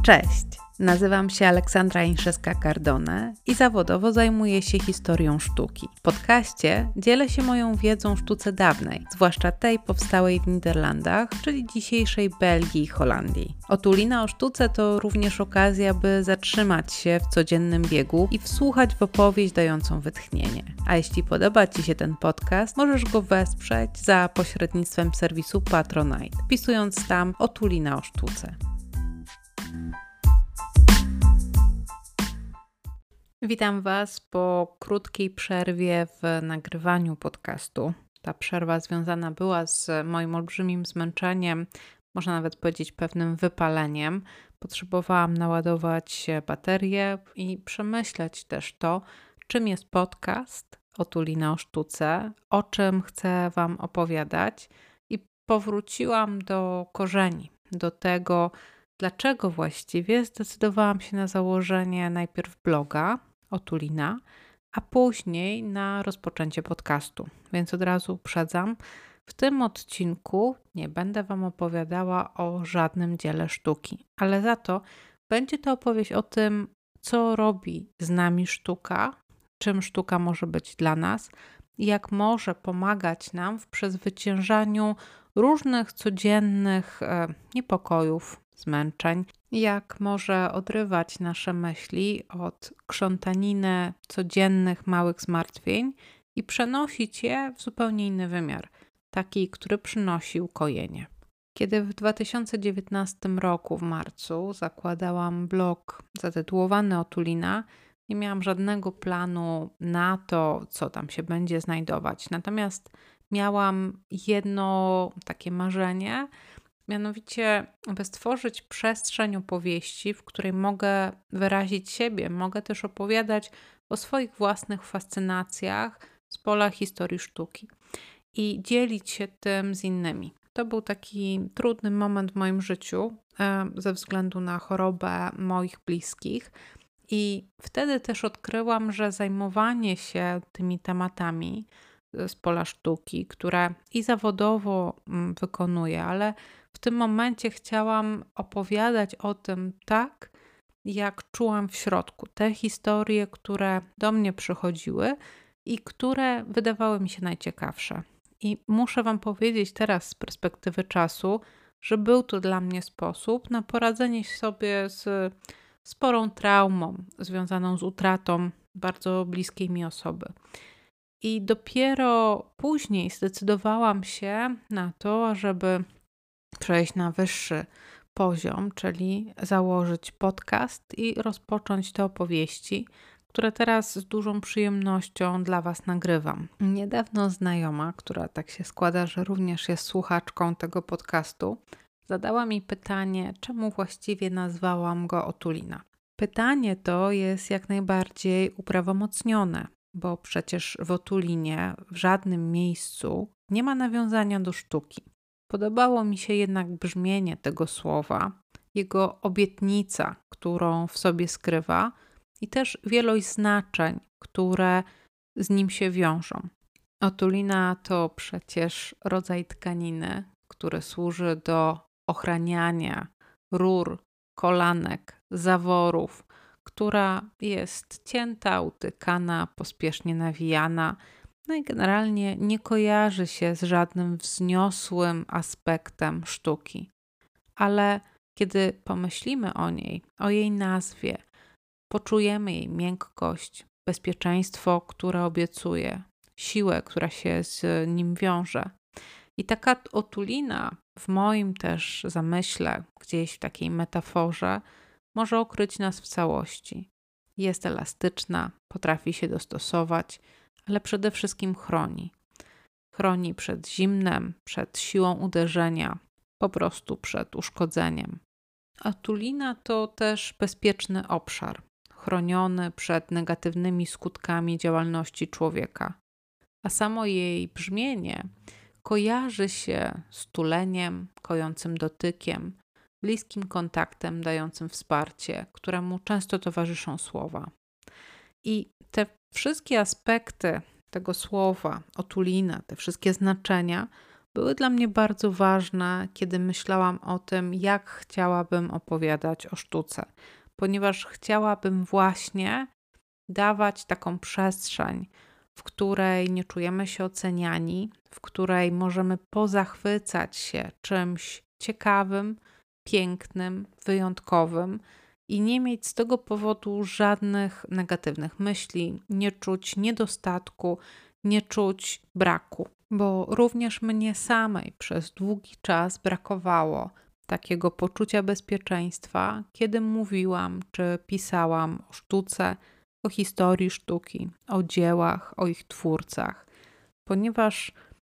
Cześć, nazywam się Aleksandra Ińszewska-Cardone i zawodowo zajmuję się historią sztuki. W podcaście dzielę się moją wiedzą o sztuce dawnej, zwłaszcza tej powstałej w Niderlandach, czyli dzisiejszej Belgii i Holandii. Otulina o sztuce to również okazja, by zatrzymać się w codziennym biegu i wsłuchać w opowieść dającą wytchnienie. A jeśli podoba Ci się ten podcast, możesz go wesprzeć za pośrednictwem serwisu Patronite, wpisując tam Otulina o sztuce. Witam Was po krótkiej przerwie w nagrywaniu podcastu. Ta przerwa związana była z moim olbrzymim zmęczeniem, można nawet powiedzieć pewnym wypaleniem. Potrzebowałam naładować baterię i przemyśleć też to, czym jest podcast Otulina o sztuce, o czym chcę Wam opowiadać i powróciłam do korzeni, do tego, dlaczego właściwie zdecydowałam się na założenie najpierw bloga Otulina, a później na rozpoczęcie podcastu. Więc od razu uprzedzam, w tym odcinku nie będę Wam opowiadała o żadnym dziele sztuki, ale za to będzie to opowieść o tym, co robi z nami sztuka, czym sztuka może być dla nas i jak może pomagać nam w przezwyciężaniu różnych codziennych niepokojów, zmęczeń, jak może odrywać nasze myśli od krzątaniny codziennych małych zmartwień i przenosić je w zupełnie inny wymiar, taki, który przynosi ukojenie. Kiedy w 2019 roku w marcu zakładałam blog zatytułowany Otulina, nie miałam żadnego planu na to, co tam się będzie znajdować. Natomiast miałam jedno takie marzenie, mianowicie, by stworzyć przestrzeń opowieści, w której mogę wyrazić siebie, mogę też opowiadać o swoich własnych fascynacjach z pola historii sztuki i dzielić się tym z innymi. To był taki trudny moment w moim życiu ze względu na chorobę moich bliskich i wtedy też odkryłam, że zajmowanie się tymi tematami z pola sztuki, które i zawodowo wykonuję, ale w tym momencie chciałam opowiadać o tym tak, jak czułam w środku. Te historie, które do mnie przychodziły i które wydawały mi się najciekawsze. I muszę Wam powiedzieć teraz z perspektywy czasu, że był to dla mnie sposób na poradzenie sobie z sporą traumą związaną z utratą bardzo bliskiej mi osoby. I dopiero później zdecydowałam się na to, żeby przejść na wyższy poziom, czyli założyć podcast i rozpocząć te opowieści, które teraz z dużą przyjemnością dla Was nagrywam. Niedawno znajoma, która tak się składa, że również jest słuchaczką tego podcastu, zadała mi pytanie, czemu właściwie nazwałam go Otulina. Pytanie to jest jak najbardziej uprawomocnione, bo przecież w Otulinie w żadnym miejscu nie ma nawiązania do sztuki. Podobało mi się jednak brzmienie tego słowa, jego obietnica, którą w sobie skrywa i też wielość znaczeń, które z nim się wiążą. Otulina to przecież rodzaj tkaniny, który służy do ochraniania rur, kolanek, zaworów, która jest cięta, utykana, pospiesznie nawijana, no i generalnie nie kojarzy się z żadnym wzniosłym aspektem sztuki. Ale kiedy pomyślimy o niej, o jej nazwie, poczujemy jej miękkość, bezpieczeństwo, które obiecuje, siłę, która się z nim wiąże. I taka otulina w moim też zamyśle, gdzieś w takiej metaforze, może okryć nas w całości. Jest elastyczna, potrafi się dostosować, ale przede wszystkim chroni. Chroni przed zimnem, przed siłą uderzenia, po prostu przed uszkodzeniem. Otulina to też bezpieczny obszar, chroniony przed negatywnymi skutkami działalności człowieka. A samo jej brzmienie kojarzy się z tuleniem, kojącym dotykiem, bliskim kontaktem dającym wsparcie, któremu często towarzyszą słowa. I te wszystkie aspekty tego słowa, otulina, te wszystkie znaczenia były dla mnie bardzo ważne, kiedy myślałam o tym, jak chciałabym opowiadać o sztuce, ponieważ chciałabym właśnie dawać taką przestrzeń, w której nie czujemy się oceniani, w której możemy pozachwycać się czymś ciekawym, pięknym, wyjątkowym i nie mieć z tego powodu żadnych negatywnych myśli, nie czuć niedostatku, nie czuć braku. Bo również mnie samej przez długi czas brakowało takiego poczucia bezpieczeństwa, kiedy mówiłam czy pisałam o sztuce, o historii sztuki, o dziełach, o ich twórcach, ponieważ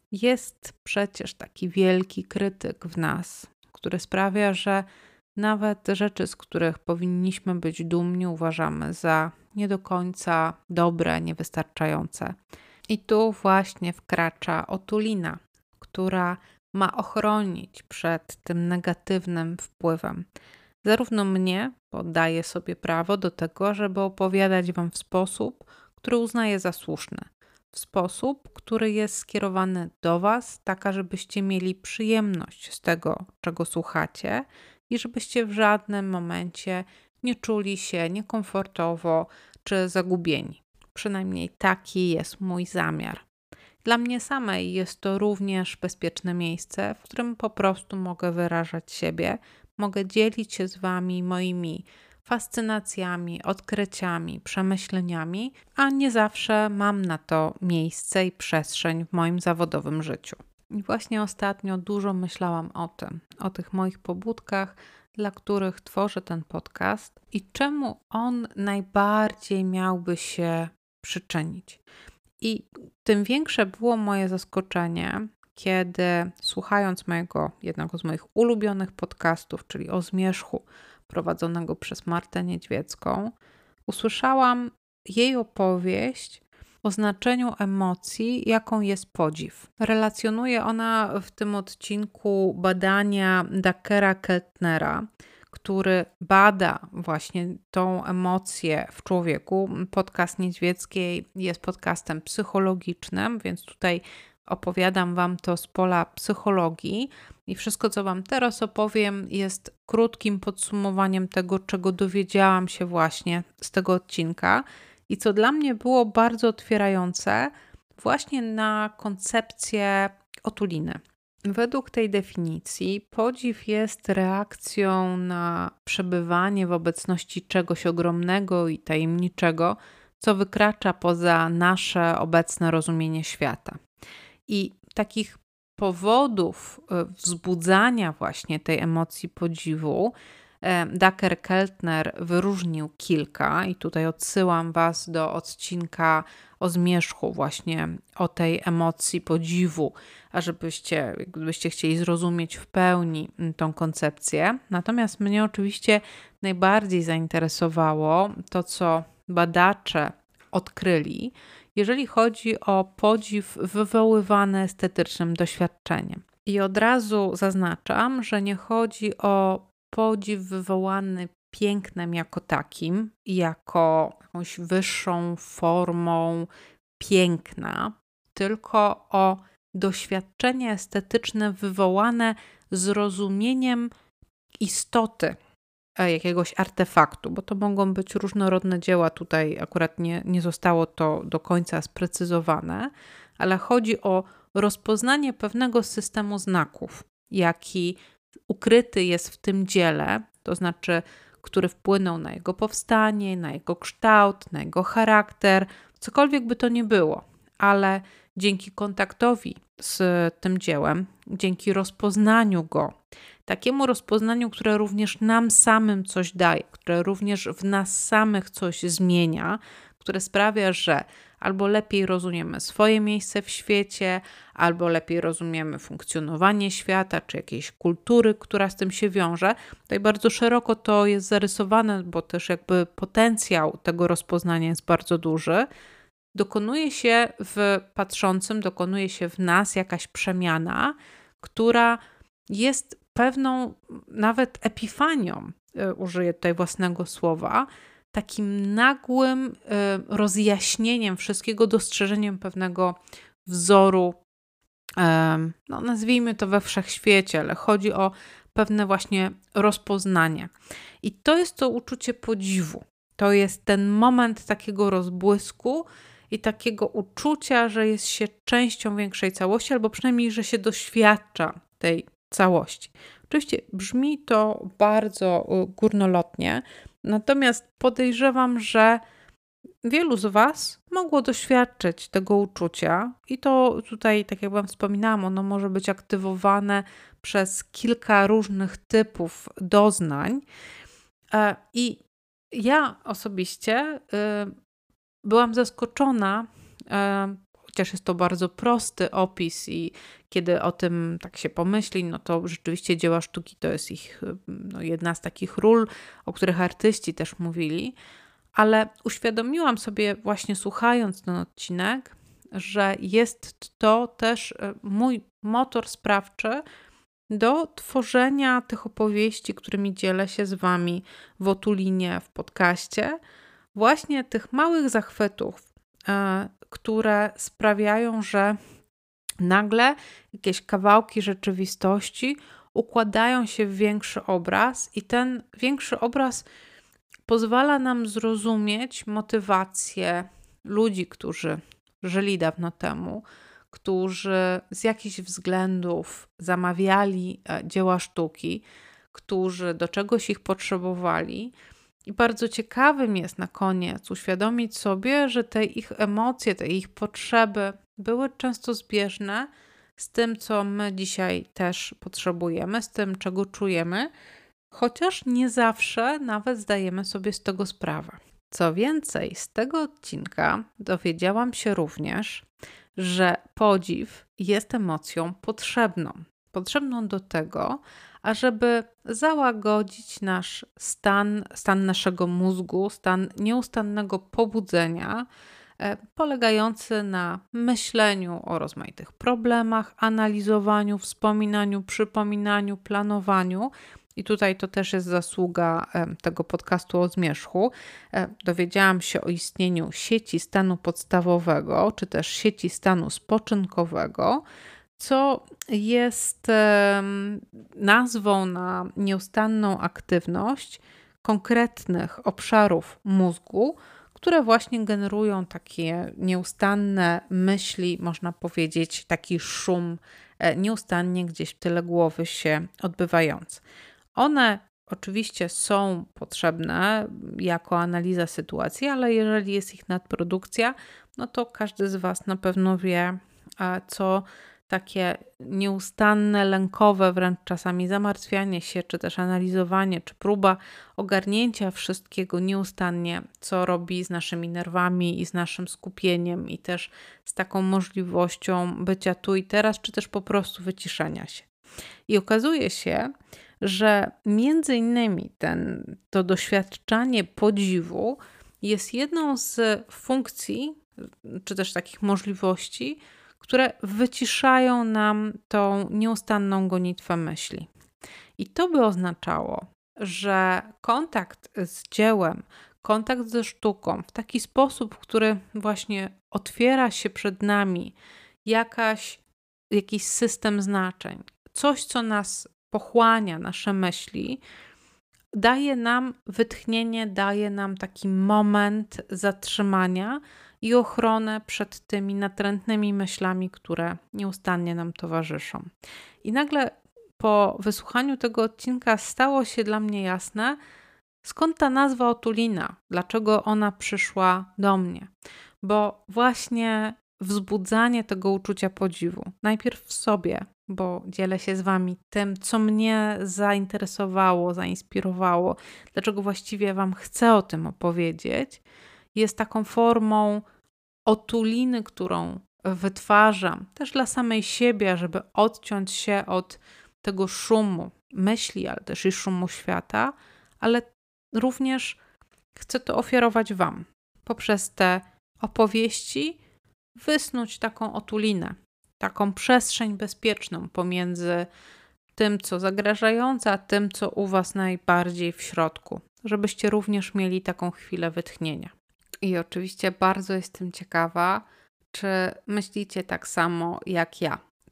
jest przecież taki wielki krytyk w nas, który sprawia, że nawet rzeczy, z których powinniśmy być dumni, uważamy za nie do końca dobre, niewystarczające. I tu właśnie wkracza otulina, która ma ochronić przed tym negatywnym wpływem. Zarówno mnie, bo daję sobie prawo do tego, żeby opowiadać Wam w sposób, który uznaję za słuszny. W sposób, który jest skierowany do Was, taka, żebyście mieli przyjemność z tego, czego słuchacie i żebyście w żadnym momencie nie czuli się niekomfortowo czy zagubieni. Przynajmniej taki jest mój zamiar. Dla mnie samej jest to również bezpieczne miejsce, w którym po prostu mogę wyrażać siebie, mogę dzielić się z Wami moimi fascynacjami, odkryciami, przemyśleniami, a nie zawsze mam na to miejsce i przestrzeń w moim zawodowym życiu. I właśnie ostatnio dużo myślałam o tym, o tych moich pobudkach, dla których tworzę ten podcast i czemu on najbardziej miałby się przyczynić. I tym większe było moje zaskoczenie, kiedy słuchając jednego z moich ulubionych podcastów, czyli o zmierzchu prowadzonego przez Martę Niedźwiecką, usłyszałam jej opowieść o znaczeniu emocji, jaką jest podziw. Relacjonuje ona w tym odcinku badania Dackera Keltnera, który bada właśnie tą emocję w człowieku. Podcast Niedźwieckiej jest podcastem psychologicznym, więc tutaj opowiadam Wam to z pola psychologii i wszystko, co Wam teraz opowiem, jest krótkim podsumowaniem tego, czego dowiedziałam się właśnie z tego odcinka i co dla mnie było bardzo otwierające właśnie na koncepcję otuliny. Według tej definicji podziw jest reakcją na przebywanie w obecności czegoś ogromnego i tajemniczego, co wykracza poza nasze obecne rozumienie świata. I takich powodów wzbudzania właśnie tej emocji podziwu Dacker Keltner wyróżnił kilka i tutaj odsyłam Was do odcinka o zmierzchu, właśnie o tej emocji podziwu, a gdybyście chcieli zrozumieć w pełni tą koncepcję. Natomiast mnie oczywiście najbardziej zainteresowało to, co badacze odkryli, jeżeli chodzi o podziw wywoływany estetycznym doświadczeniem. I od razu zaznaczam, że nie chodzi o podziw wywołany pięknem jako takim, jako jakąś wyższą formą piękna, tylko o doświadczenie estetyczne wywołane zrozumieniem istoty jakiegoś artefaktu, bo to mogą być różnorodne dzieła, tutaj akurat nie zostało to do końca sprecyzowane, ale chodzi o rozpoznanie pewnego systemu znaków, jaki ukryty jest w tym dziele, to znaczy, który wpłynął na jego powstanie, na jego kształt, na jego charakter, cokolwiek by to nie było, ale dzięki kontaktowi z tym dziełem, dzięki rozpoznaniu go, takiemu rozpoznaniu, które również nam samym coś daje, które również w nas samych coś zmienia, które sprawia, że albo lepiej rozumiemy swoje miejsce w świecie, albo lepiej rozumiemy funkcjonowanie świata, czy jakiejś kultury, która z tym się wiąże. Tutaj bardzo szeroko to jest zarysowane, bo też jakby potencjał tego rozpoznania jest bardzo duży. Dokonuje się w patrzącym, dokonuje się w nas jakaś przemiana, która jest pewną nawet epifanią, użyję tutaj własnego słowa, takim nagłym rozjaśnieniem wszystkiego, dostrzeżeniem pewnego wzoru no nazwijmy to we wszechświecie, ale chodzi o pewne właśnie rozpoznanie. I to jest to uczucie podziwu. To jest ten moment takiego rozbłysku i takiego uczucia, że jest się częścią większej całości, albo przynajmniej, że się doświadcza tej całości. Oczywiście brzmi to bardzo górnolotnie, natomiast podejrzewam, że wielu z Was mogło doświadczyć tego uczucia i to tutaj, tak jak Wam wspominałam, ono może być aktywowane przez kilka różnych typów doznań. I ja osobiście byłam zaskoczona, chociaż jest to bardzo prosty opis i kiedy o tym tak się pomyśli, no to rzeczywiście dzieła sztuki to jest ich jedna z takich ról, o których artyści też mówili, ale uświadomiłam sobie właśnie słuchając ten odcinek, że jest to też mój motor sprawczy do tworzenia tych opowieści, którymi dzielę się z Wami w Otulinie, w podcaście, właśnie tych małych zachwytów, które sprawiają, że nagle jakieś kawałki rzeczywistości układają się w większy obraz i ten większy obraz pozwala nam zrozumieć motywację ludzi, którzy żyli dawno temu, którzy z jakichś względów zamawiali dzieła sztuki, którzy do czegoś ich potrzebowali. I bardzo ciekawym jest na koniec uświadomić sobie, że te ich emocje, te ich potrzeby były często zbieżne z tym, co my dzisiaj też potrzebujemy, z tym, czego czujemy, chociaż nie zawsze nawet zdajemy sobie z tego sprawę. Co więcej, z tego odcinka dowiedziałam się również, że podziw jest emocją potrzebną. Potrzebną do tego, ażeby załagodzić nasz stan naszego mózgu, stan nieustannego pobudzenia, polegający na myśleniu o rozmaitych problemach, analizowaniu, wspominaniu, przypominaniu, planowaniu. I tutaj to też jest zasługa tego podcastu o zmierzchu. Dowiedziałam się o istnieniu sieci stanu podstawowego, czy też sieci stanu spoczynkowego, co jest nazwą na nieustanną aktywność konkretnych obszarów mózgu, które właśnie generują takie nieustanne myśli, można powiedzieć, taki szum nieustannie gdzieś w tyle głowy się odbywający. One oczywiście są potrzebne jako analiza sytuacji, ale jeżeli jest ich nadprodukcja, no to każdy z Was na pewno wie, co takie nieustanne, lękowe, wręcz czasami zamartwianie się, czy też analizowanie, czy próba ogarnięcia wszystkiego nieustannie, co robi z naszymi nerwami i z naszym skupieniem i też z taką możliwością bycia tu i teraz, czy też po prostu wyciszenia się. I okazuje się, że między innymi to doświadczanie podziwu jest jedną z funkcji, czy też takich możliwości, które wyciszają nam tą nieustanną gonitwę myśli. I to by oznaczało, że kontakt z dziełem, kontakt ze sztuką w taki sposób, który właśnie otwiera się przed nami jakiś system znaczeń, coś, co nas pochłania, nasze myśli, daje nam wytchnienie, daje nam taki moment zatrzymania i ochronę przed tymi natrętnymi myślami, które nieustannie nam towarzyszą. I nagle po wysłuchaniu tego odcinka stało się dla mnie jasne, skąd ta nazwa Otulina, dlaczego ona przyszła do mnie. Bo właśnie wzbudzanie tego uczucia podziwu, najpierw w sobie, bo dzielę się z Wami tym, co mnie zainteresowało, zainspirowało, dlaczego właściwie Wam chcę o tym opowiedzieć, jest taką formą otuliny, którą wytwarzam też dla samej siebie, żeby odciąć się od tego szumu myśli, ale też i szumu świata, ale również chcę to ofiarować Wam. Poprzez te opowieści wysnuć taką otulinę, taką przestrzeń bezpieczną pomiędzy tym, co zagrażające, a tym, co u Was najbardziej w środku, żebyście również mieli taką chwilę wytchnienia. I oczywiście bardzo jestem ciekawa, czy myślicie tak samo jak ja.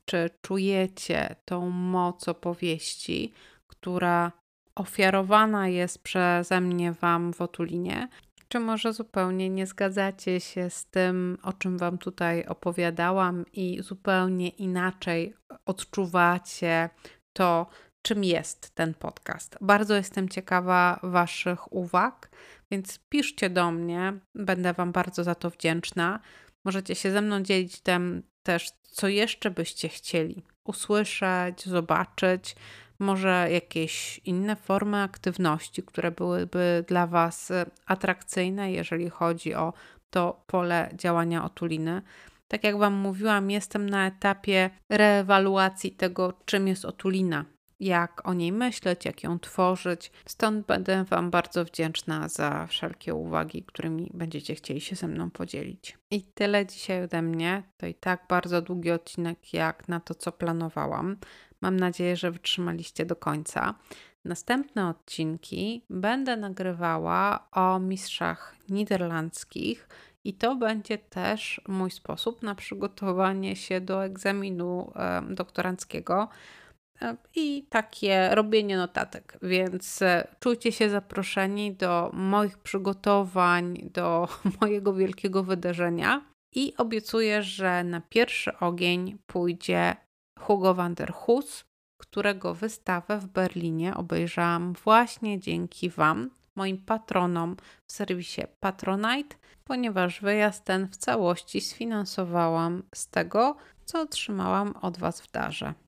czy czujecie tą moc opowieści, która ofiarowana jest przeze mnie Wam w Otulinie, czy może zupełnie nie zgadzacie się z tym, o czym Wam tutaj opowiadałam i zupełnie inaczej odczuwacie to, czym jest ten podcast. Bardzo jestem ciekawa Waszych uwag, więc piszcie do mnie, będę Wam bardzo za to wdzięczna. Możecie się ze mną dzielić tym też, co jeszcze byście chcieli usłyszeć, zobaczyć, może jakieś inne formy aktywności, które byłyby dla Was atrakcyjne, jeżeli chodzi o to pole działania Otuliny. Tak jak Wam mówiłam, jestem na etapie reewaluacji tego, czym jest Otulina, jak o niej myśleć, jak ją tworzyć. Stąd będę Wam bardzo wdzięczna za wszelkie uwagi, którymi będziecie chcieli się ze mną podzielić. I tyle dzisiaj ode mnie. To i tak bardzo długi odcinek jak na to, co planowałam. Mam nadzieję, że wytrzymaliście do końca. Następne odcinki będę nagrywała o mistrzach niderlandzkich i to będzie też mój sposób na przygotowanie się do egzaminu doktoranckiego i takie robienie notatek, więc czujcie się zaproszeni do moich przygotowań, do mojego wielkiego wydarzenia i obiecuję, że na pierwszy ogień pójdzie Hugo van der Hus, którego wystawę w Berlinie obejrzałam właśnie dzięki Wam, moim patronom w serwisie Patronite, ponieważ wyjazd ten w całości sfinansowałam z tego, co otrzymałam od Was w darze.